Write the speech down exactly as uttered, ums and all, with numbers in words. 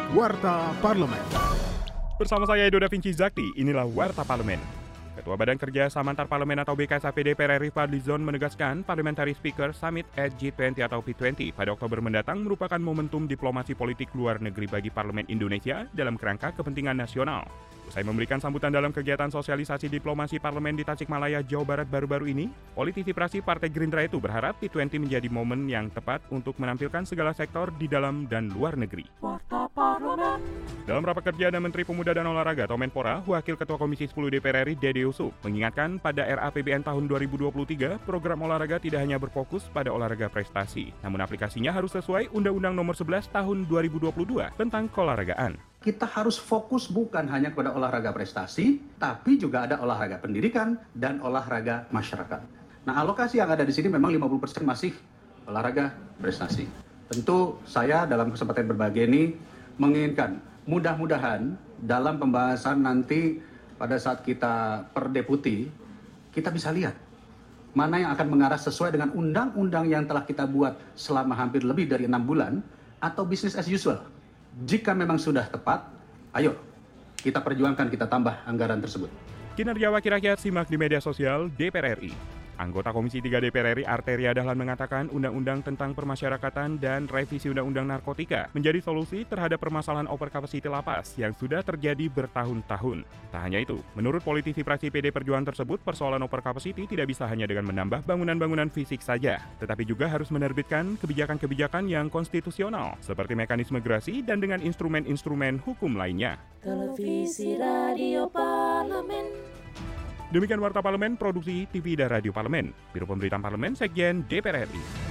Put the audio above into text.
Warta Parlemen. Bersama saya Edo Da Vinci Zakti, inilah Warta Parlemen. Ketua Badan Kerja Sama Antar Parlemen atau B K S A P D P R R I Fadlizon menegaskan Parliamentary Speaker Summit at G dua puluh atau P dua puluh pada Oktober mendatang merupakan momentum diplomasi politik luar negeri bagi Parlemen Indonesia dalam kerangka kepentingan nasional. Usai memberikan sambutan dalam kegiatan sosialisasi diplomasi parlemen di Tasikmalaya, Jawa Barat baru-baru ini, politisi praksi Partai Gerindra itu berharap P dua puluh menjadi momen yang tepat untuk menampilkan segala sektor di dalam dan luar negeri. Dalam rapat kerja dengan Menteri Pemuda dan Olahraga atau Menpora, Wakil Ketua Komisi sepuluh D P R R I Dede Yusuf mengingatkan pada R A P B N tahun dua ribu dua puluh tiga, program olahraga tidak hanya berfokus pada olahraga prestasi, namun aplikasinya harus sesuai Undang-Undang Nomor sebelas Tahun dua ribu dua puluh dua tentang keolahragaan. Kita harus fokus bukan hanya kepada olahraga prestasi, tapi juga ada olahraga pendidikan dan olahraga masyarakat. Nah, alokasi yang ada di sini memang lima puluh persen masih olahraga prestasi. Tentu saya dalam kesempatan berbagi ini menginginkan mudah-mudahan dalam pembahasan nanti pada saat kita per deputi, kita bisa lihat mana yang akan mengarah sesuai dengan undang-undang yang telah kita buat selama hampir lebih dari enam bulan atau business as usual. Jika memang sudah tepat, ayo kita perjuangkan, kita tambah anggaran tersebut. Kinerja Wakil Rakyat simak di media sosial D P R R I. Anggota Komisi tiga D P R R I Arteria Dahlan mengatakan Undang-Undang tentang Permasyarakatan dan Revisi Undang-Undang Narkotika menjadi solusi terhadap permasalahan overkapasiti lapas yang sudah terjadi bertahun-tahun. Tak hanya itu, menurut politisi praksi P D Perjuangan tersebut, persoalan overkapasiti tidak bisa hanya dengan menambah bangunan-bangunan fisik saja, tetapi juga harus menerbitkan kebijakan-kebijakan yang konstitusional, seperti mekanisme gerasi dan dengan instrumen-instrumen hukum lainnya. Televisi Radio Parlemen. Demikian Warta Parlemen, produksi T V dan Radio Parlemen, Biro Pemberitaan Parlemen, Sekjen D P R R I.